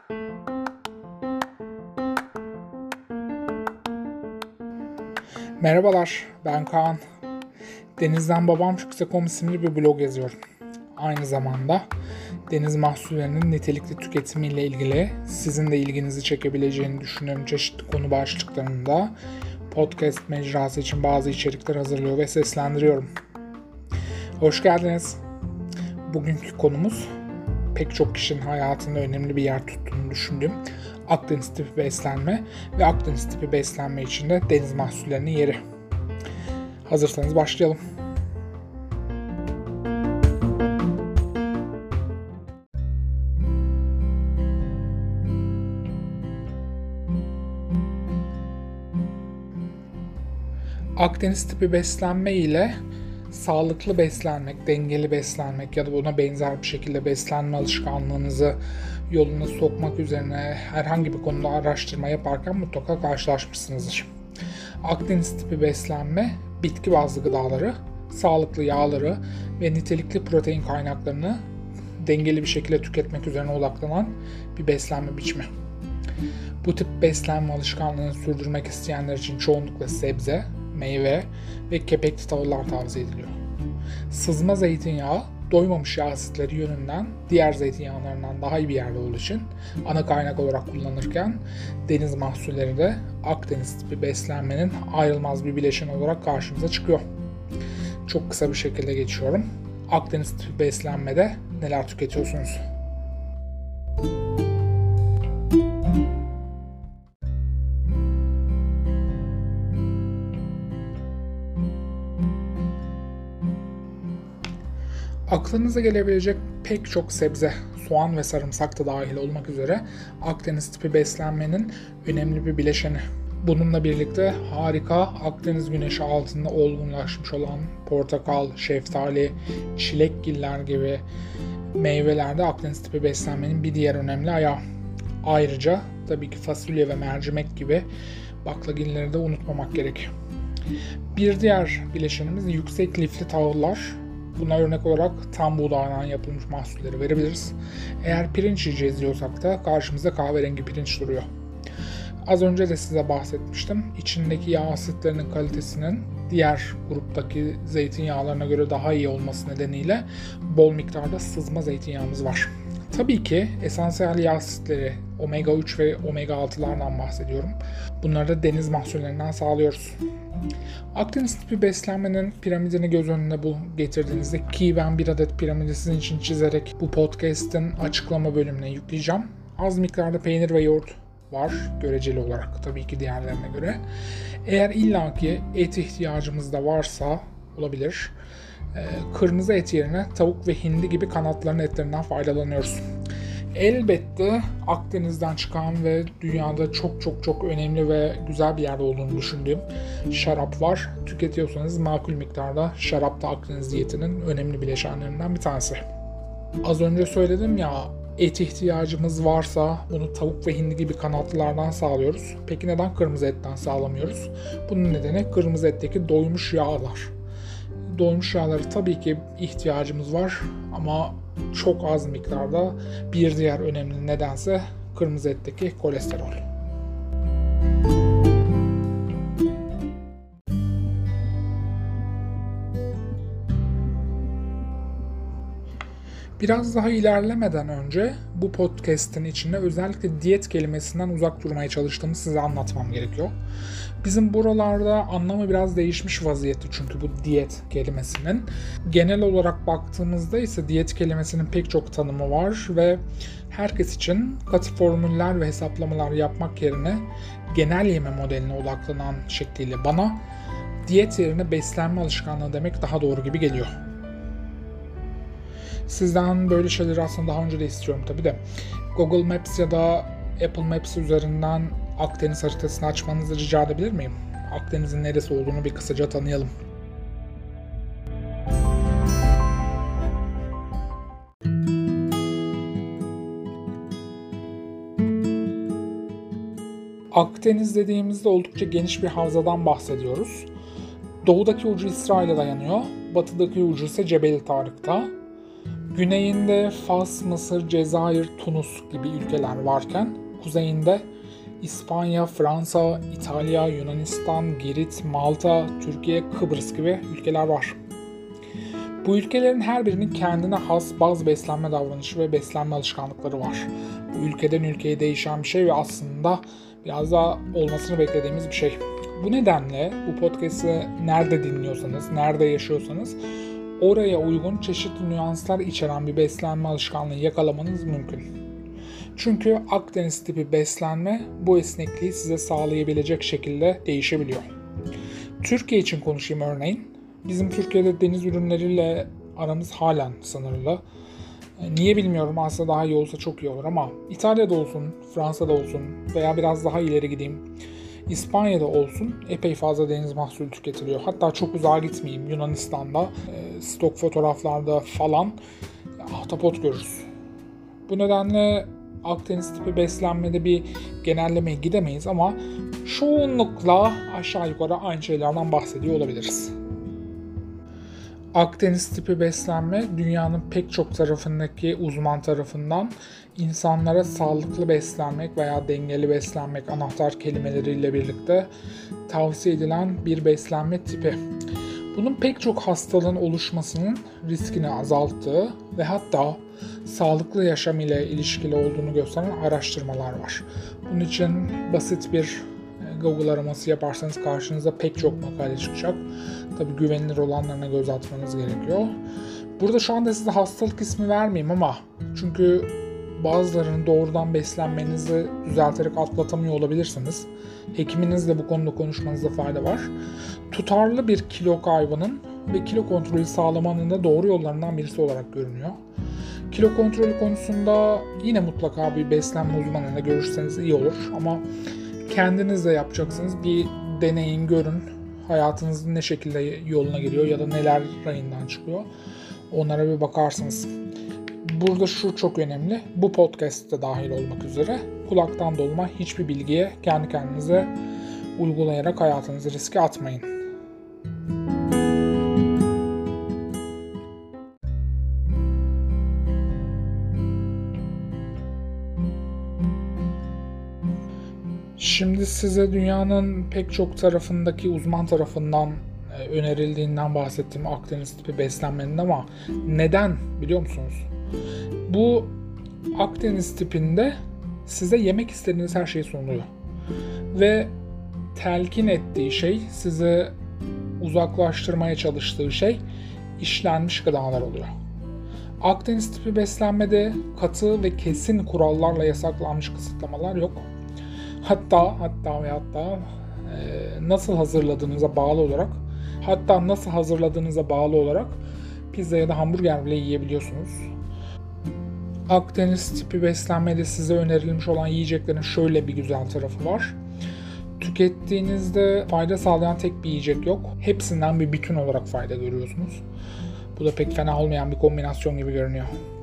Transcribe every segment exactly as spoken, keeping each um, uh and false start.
Merhabalar, ben Kaan. Denizden Babam Çıksa nokta com isimli bir blog yazıyorum. Aynı zamanda deniz mahsullerinin nitelikli tüketimiyle ilgili sizin de ilginizi çekebileceğini düşündüğüm çeşitli konu başlıklarında podcast mecrası için bazı içerikler hazırlıyor ve seslendiriyorum. Hoş geldiniz. Bugünkü konumuz pek çok kişinin hayatında önemli bir yer tuttuğunu düşündüğüm Akdeniz tipi beslenme ve Akdeniz tipi beslenme içinde deniz mahsullerinin yeri. Hazırsanız başlayalım. Akdeniz tipi beslenme ile sağlıklı beslenmek, dengeli beslenmek ya da buna benzer bir şekilde beslenme alışkanlığınızı yoluna sokmak üzerine herhangi bir konuda araştırma yaparken mutlaka karşılaşmışsınızdır. Akdeniz tipi beslenme, bitki bazlı gıdaları, sağlıklı yağları ve nitelikli protein kaynaklarını dengeli bir şekilde tüketmek üzerine odaklanan bir beslenme biçimi. Bu tip beslenme alışkanlığını sürdürmek isteyenler için çoğunlukla sebze, meyve ve kepekli tahıllar tavsiye ediliyor. Sızma zeytinyağı, doymamış yağ asitleri yönünden diğer zeytinyağlarından daha iyi bir yerde olduğu için ana kaynak olarak kullanırken deniz mahsulleri de Akdeniz tipi beslenmenin ayrılmaz bir bileşeni olarak karşımıza çıkıyor. Çok kısa bir şekilde geçiyorum. Akdeniz tipi beslenmede neler tüketiyorsunuz? Aklınıza gelebilecek pek çok sebze, soğan ve sarımsak da dahil olmak üzere Akdeniz tipi beslenmenin önemli bir bileşeni. Bununla birlikte harika Akdeniz güneşi altında olgunlaşmış olan portakal, şeftali, çilekgiller gibi meyveler de Akdeniz tipi beslenmenin bir diğer önemli ayağı. Ayrıca tabii ki fasulye ve mercimek gibi baklagilleri de unutmamak gerek. Bir diğer bileşenimiz yüksek lifli tahıllar. Buna örnek olarak tam buğdaydan yapılmış mahsulleri verebiliriz. Eğer pirinç yiyeceğiz diyorsak da karşımıza kahverengi pirinç duruyor. Az önce de size bahsetmiştim. İçindeki yağ asitlerinin kalitesinin diğer gruptaki zeytinyağlarına göre daha iyi olması nedeniyle bol miktarda sızma zeytinyağımız var. Tabii ki esansiyel yağ asitleri omega üç ve omega altılardan bahsediyorum. Bunları da deniz mahsullerinden sağlıyoruz. Akdeniz tipi beslenmenin piramidini göz önüne bu getirdiğinizde, ki ben bir adet piramidi sizin için çizerek bu podcast'ın açıklama bölümüne yükleyeceğim. Az miktarda peynir ve yoğurt var göreceli olarak, tabii ki diğerlerine göre. Eğer illaki et ihtiyacımız da varsa olabilir. Kırmızı et yerine tavuk ve hindi gibi kanatların etlerinden faydalanıyoruz. Elbette Akdeniz'den çıkan ve dünyada çok çok çok önemli ve güzel bir yerde olduğunu düşündüğüm şarap var. Tüketiyorsanız makul miktarda şarap da Akdeniz diyetinin önemli bileşenlerinden bir tanesi. Az önce söyledim ya, et ihtiyacımız varsa bunu tavuk ve hindi gibi kanatlılardan sağlıyoruz. Peki neden kırmızı etten sağlamıyoruz? Bunun nedeni kırmızı etteki doymuş yağlar. Doymuş yağları tabii ki ihtiyacımız var ama çok az miktarda. Bir diğer önemli nedense kırmızı etteki kolesterol. Biraz daha ilerlemeden önce bu podcast'in içinde özellikle diyet kelimesinden uzak durmaya çalıştığımı size anlatmam gerekiyor. Bizim buralarda anlamı biraz değişmiş vaziyette çünkü bu diyet kelimesinin. Genel olarak baktığımızda ise diyet kelimesinin pek çok tanımı var ve herkes için katı formüller ve hesaplamalar yapmak yerine genel yeme modeline odaklanan şekliyle bana diyet yerine beslenme alışkanlığı demek daha doğru gibi geliyor. Sizden böyle şeyleri aslında daha önce de istiyorum tabii de. Google Maps ya da Apple Maps üzerinden Akdeniz haritasını açmanızı rica edebilir miyim? Akdeniz'in neresi olduğunu bir kısaca tanıyalım. Akdeniz dediğimizde oldukça geniş bir havzadan bahsediyoruz. Doğudaki ucu İsrail'e dayanıyor, batıdaki ucu ise Cebeli Tarık'ta. Güneyinde Fas, Mısır, Cezayir, Tunus gibi ülkeler varken kuzeyinde İspanya, Fransa, İtalya, Yunanistan, Girit, Malta, Türkiye, Kıbrıs gibi ülkeler var. Bu ülkelerin her birinin kendine has bazı beslenme davranışı ve beslenme alışkanlıkları var. Bu ülkeden ülkeye değişen bir şey ve aslında biraz daha olmasını beklediğimiz bir şey. Bu nedenle bu podcast'ı nerede dinliyorsanız, nerede yaşıyorsanız oraya uygun çeşitli nüanslar içeren bir beslenme alışkanlığı yakalamanız mümkün. Çünkü Akdeniz tipi beslenme bu esnekliği size sağlayabilecek şekilde değişebiliyor. Türkiye için konuşayım örneğin. Bizim Türkiye'de deniz ürünleriyle aramız halen sınırlı. Niye bilmiyorum, aslında daha iyi olsa çok iyi olur ama İtalya'da olsun, Fransa'da olsun veya biraz daha ileri gideyim, İspanya'da olsun epey fazla deniz mahsulü tüketiliyor. Hatta çok uzağa gitmeyeyim, Yunanistan'da stok fotoğraflarda falan ahtapot görürüz. Bu nedenle Akdeniz tipi beslenmede bir genellemeye gidemeyiz ama çoğunlukla aşağı yukarı aynı şeylerden bahsediyor olabiliriz. Akdeniz tipi beslenme dünyanın pek çok tarafındaki uzman tarafından insanlara sağlıklı beslenmek veya dengeli beslenmek anahtar kelimeleriyle birlikte tavsiye edilen bir beslenme tipi. Bunun pek çok hastalığın oluşmasının riskini azalttığı ve hatta sağlıklı yaşam ile ilişkili olduğunu gösteren araştırmalar var. Bunun için basit bir Google araması yaparsanız karşınıza pek çok makale çıkacak. Tabii güvenilir olanlarına göz atmanız gerekiyor. Burada şu anda size hastalık ismi vermeyeyim ama çünkü bazılarının doğrudan beslenmenizi düzelterek atlatamıyor olabilirsiniz. Hekiminizle bu konuda konuşmanızda fayda var. Tutarlı bir kilo kaybının ve kilo kontrolü sağlamanın da doğru yollarından birisi olarak görünüyor. Kilo kontrolü konusunda yine mutlaka bir beslenme uzmanıyla görüşseniz iyi olur ama kendiniz de yapacaksınız. Bir deneyin, görün. Hayatınızın ne şekilde yoluna giriyor ya da neler rayından çıkıyor. Onlara bir bakarsınız. Burada şu çok önemli. Bu podcast'te dahil olmak üzere kulaktan dolma hiçbir bilgiye kendi kendinize uygulayarak hayatınızı riske atmayın. Şimdi size dünyanın pek çok tarafındaki uzman tarafından önerildiğinden bahsettiğim Akdeniz tipi beslenmenin ama neden biliyor musunuz? Bu Akdeniz tipinde size yemek istediğiniz her şey sunuluyor. Ve telkin ettiği şey, sizi uzaklaştırmaya çalıştığı şey işlenmiş gıdalar oluyor. Akdeniz tipi beslenmede katı ve kesin kurallarla yasaklanmış kısıtlamalar yok. Hatta hatta ve hatta e, nasıl hazırladığınıza bağlı olarak hatta nasıl hazırladığınıza bağlı olarak pizza ya da hamburger bile yiyebiliyorsunuz. Akdeniz tipi beslenmede size önerilmiş olan yiyeceklerin şöyle bir güzel tarafı var. Tükettiğinizde fayda sağlayan tek bir yiyecek yok. Hepsinden bir bütün olarak fayda görüyorsunuz. Bu da pek fena olmayan bir kombinasyon gibi görünüyor.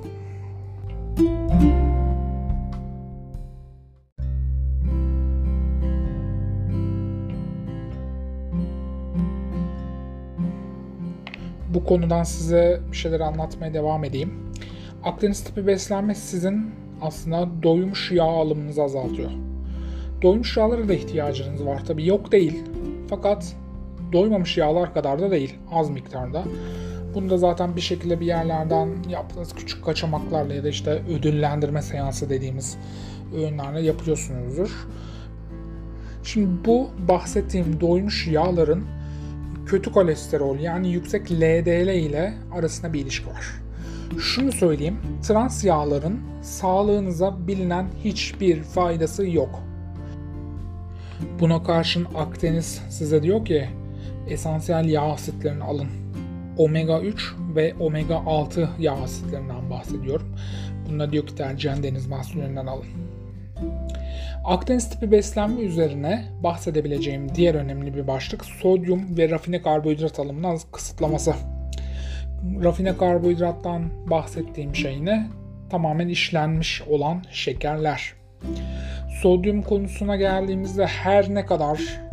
Bu konudan size bir şeyler anlatmaya devam edeyim. Akdeniz tipi beslenme sizin aslında doymuş yağ alımınızı azaltıyor. Doymuş yağlara da ihtiyacınız var tabii, yok değil. Fakat doymamış yağlar kadar da değil, az miktarda. Bunu da zaten bir şekilde bir yerlerden yaptığınız küçük kaçamaklarla ya da işte ödüllendirme seansı dediğimiz öğünlerle yapıyorsunuzdur. Şimdi bu bahsettiğim doymuş yağların kötü kolesterol yani yüksek L D L ile arasında bir ilişki var. Şunu söyleyeyim, trans yağların sağlığınıza bilinen hiçbir faydası yok. Buna karşın Akdeniz size diyor ki esansiyel yağ asitlerini alın. omega üç ve omega altı yağ asitlerinden bahsediyorum. Bunda diyor ki tercihen deniz mahsullerinden alın. Akdeniz tipi beslenme üzerine bahsedebileceğim diğer önemli bir başlık sodyum ve rafine karbonhidrat alımının kısıtlaması. Rafine karbonhidrattan bahsettiğim şey ne? Tamamen işlenmiş olan şekerler. Sodyum konusuna geldiğimizde her ne kadar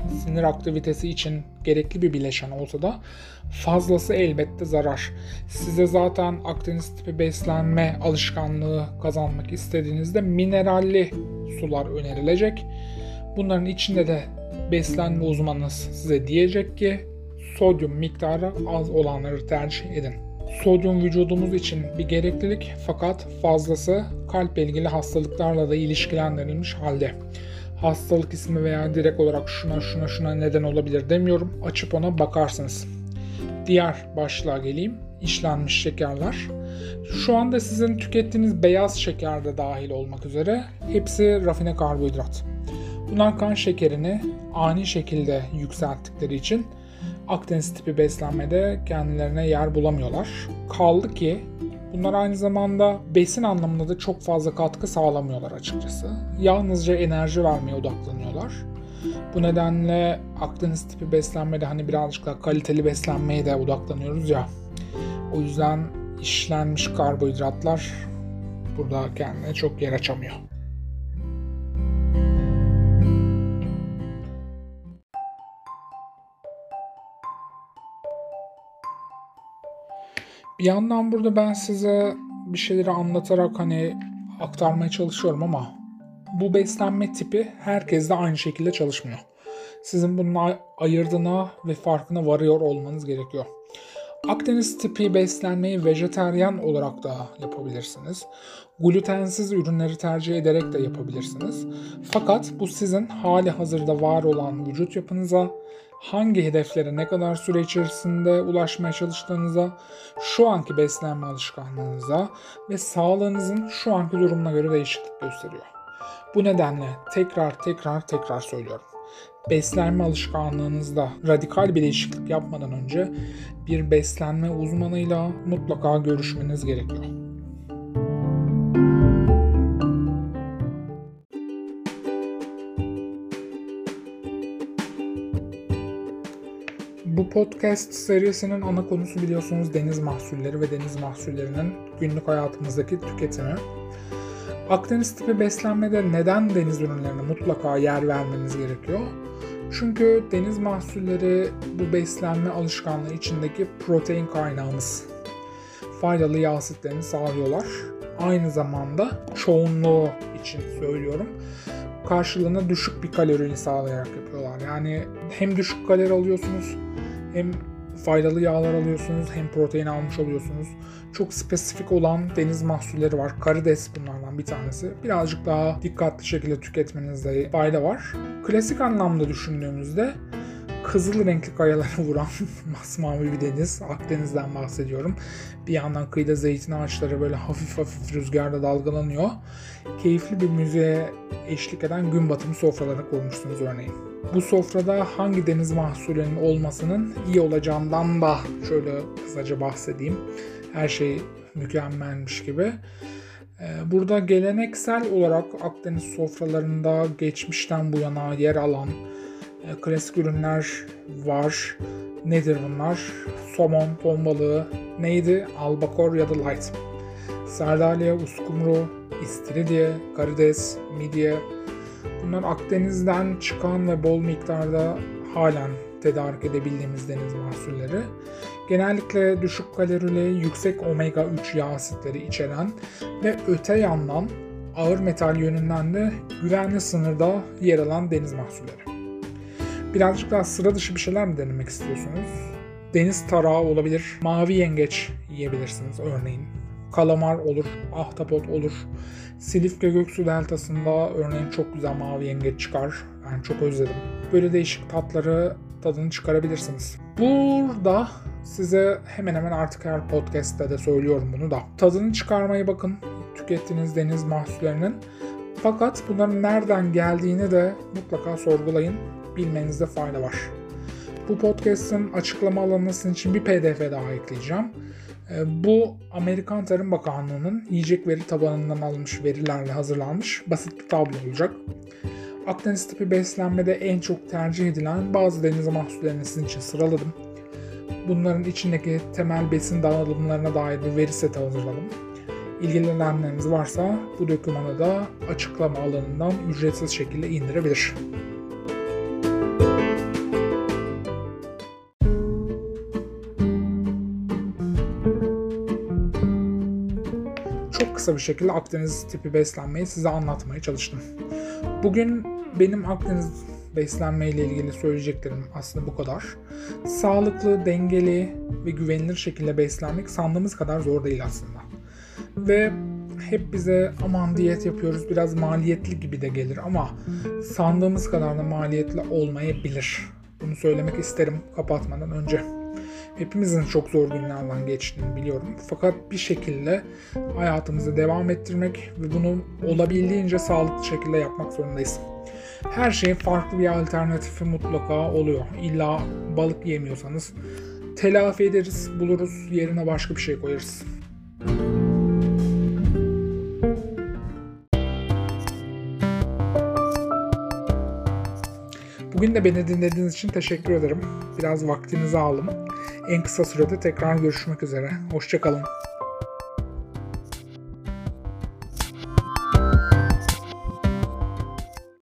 sinir aktivitesi için gerekli bir bileşen olsa da fazlası elbette zarar. Size zaten Akdeniz tipi beslenme alışkanlığı kazanmak istediğinizde mineralli sular önerilecek. Bunların içinde de beslenme uzmanınız size diyecek ki sodyum miktarı az olanları tercih edin. Sodyum vücudumuz için bir gereklilik fakat fazlası kalple ilgili hastalıklarla da ilişkilendirilmiş halde. Hastalık ismi veya direkt olarak şuna şuna şuna neden olabilir demiyorum. Açıp ona bakarsınız. Diğer başlığa geleyim. İşlenmiş şekerler. Şu anda sizin tükettiğiniz beyaz şeker de dahil olmak üzere hepsi rafine karbonhidrat. Bunlar kan şekerini ani şekilde yükselttikleri için Akdeniz tipi beslenmede kendilerine yer bulamıyorlar. Kaldı ki bunlar aynı zamanda besin anlamında da çok fazla katkı sağlamıyorlar açıkçası. Yalnızca enerji vermeye odaklanıyorlar. Bu nedenle Akdeniz tipi beslenmede hani birazcık daha kaliteli beslenmeye de odaklanıyoruz ya. O yüzden işlenmiş karbonhidratlar burada kendine çok yer açamıyor. Bir yandan burada ben size bir şeyleri anlatarak hani aktarmaya çalışıyorum ama bu beslenme tipi herkeste aynı şekilde çalışmıyor. Sizin bunun ayırdığına ve farkına varıyor olmanız gerekiyor. Akdeniz tipi beslenmeyi vejetaryen olarak da yapabilirsiniz. Glutensiz ürünleri tercih ederek de yapabilirsiniz. Fakat bu sizin hali hazırda var olan vücut yapınıza, hangi hedeflere ne kadar süre içerisinde ulaşmaya çalıştığınıza, şu anki beslenme alışkanlığınıza ve sağlığınızın şu anki durumuna göre değişiklik gösteriyor. Bu nedenle tekrar tekrar tekrar söylüyorum. Beslenme alışkanlığınızda radikal bir değişiklik yapmadan önce bir beslenme uzmanıyla mutlaka görüşmeniz gerekiyor. Bu podcast serisinin ana konusu biliyorsunuz deniz mahsulleri ve deniz mahsullerinin günlük hayatımızdaki tüketimi. Akdeniz tipi beslenmede neden deniz ürünlerine mutlaka yer vermeniz gerekiyor? Çünkü deniz mahsulleri bu beslenme alışkanlığı içindeki protein kaynağımız. Faydalı yağ asitlerini sağlıyorlar. Aynı zamanda çoğunluğu için söylüyorum. Karşılığında düşük bir kalorini sağlayarak yapıyorlar. Yani hem düşük kalori alıyorsunuz, hem faydalı yağlar alıyorsunuz, hem protein almış oluyorsunuz. Çok spesifik olan deniz mahsulleri var. Karides bunlardan bir tanesi. Birazcık daha dikkatli şekilde tüketmenizde fayda var. Klasik anlamda düşündüğümüzde kızıl renkli kayaları vuran masmavi bir deniz. Akdeniz'den bahsediyorum. Bir yandan kıyıda zeytin ağaçları böyle hafif hafif rüzgarda dalgalanıyor. Keyifli bir müziğe eşlik eden gün batımı sofralarını kurmuşsunuz örneğin. Bu sofrada hangi deniz mahsulünün olmasının iyi olacağından da şöyle kısaca bahsedeyim. Her şey mükemmelmiş gibi. Burada geleneksel olarak Akdeniz sofralarında geçmişten bu yana yer alan klasik ürünler var. Nedir bunlar? Somon, ton balığı, neydi? Albakor ya da light. Sardalya, uskumru, istiridye, karides, midye. Bunlar Akdeniz'den çıkan ve bol miktarda halen tedarik edebildiğimiz deniz mahsulleri. Genellikle düşük kalorili, yüksek omega üç yağ asitleri içeren ve öte yandan ağır metal yönünden de güvenli sınırda yer alan deniz mahsulleri. Birazcık daha sıra dışı bir şeyler mi denemek istiyorsunuz? Deniz tarağı olabilir, mavi yengeç yiyebilirsiniz örneğin. Kalamar olur, ahtapot olur. Silifke Göksu Deltası'nda örneğin çok güzel mavi yengeç çıkar. Ben çok özledim. Böyle değişik tatları tadını çıkarabilirsiniz. Burada size hemen hemen artık her podcast'te de söylüyorum bunu da. Tadını çıkarmaya bakın tükettiğiniz deniz mahsullerinin. Fakat bunların nereden geldiğini de mutlaka sorgulayın. Bilmenizde fayda var. Bu podcast'ın açıklama alanına sizin için bir P D F daha ekleyeceğim. Bu Amerikan Tarım Bakanlığı'nın yiyecek veri tabanından alınmış verilerle hazırlanmış basit bir tablo olacak. Akdeniz tipi beslenmede en çok tercih edilen bazı deniz mahsullerini sizin için sıraladım. Bunların içindeki temel besin dağılımlarına dair bir veri seti hazırladım. İlgilenenleriniz varsa bu dokümanı da açıklama alanından ücretsiz şekilde indirebilir. kısa bir şekilde Akdeniz tipi beslenmeyi size anlatmaya çalıştım. Bugün benim Akdeniz beslenme ile ilgili söyleyeceklerim aslında bu kadar. Sağlıklı, dengeli ve güvenilir şekilde beslenmek sandığımız kadar zor değil aslında. Ve hep bize aman diyet yapıyoruz, biraz maliyetli gibi de gelir ama sandığımız kadar da maliyetli olmayabilir. Bunu söylemek isterim kapatmadan önce. Hepimizin çok zor günlerden geçtiğini biliyorum. Fakat bir şekilde hayatımızı devam ettirmek ve bunu olabildiğince sağlıklı şekilde yapmak zorundayız. Her şeyin farklı bir alternatifi mutlaka oluyor. İlla balık yemiyorsanız telafi ederiz, buluruz, yerine başka bir şey koyarız. Bugün de beni dinlediğiniz için teşekkür ederim. Biraz vaktinizi aldım. En kısa sürede tekrar görüşmek üzere. Hoşça kalın.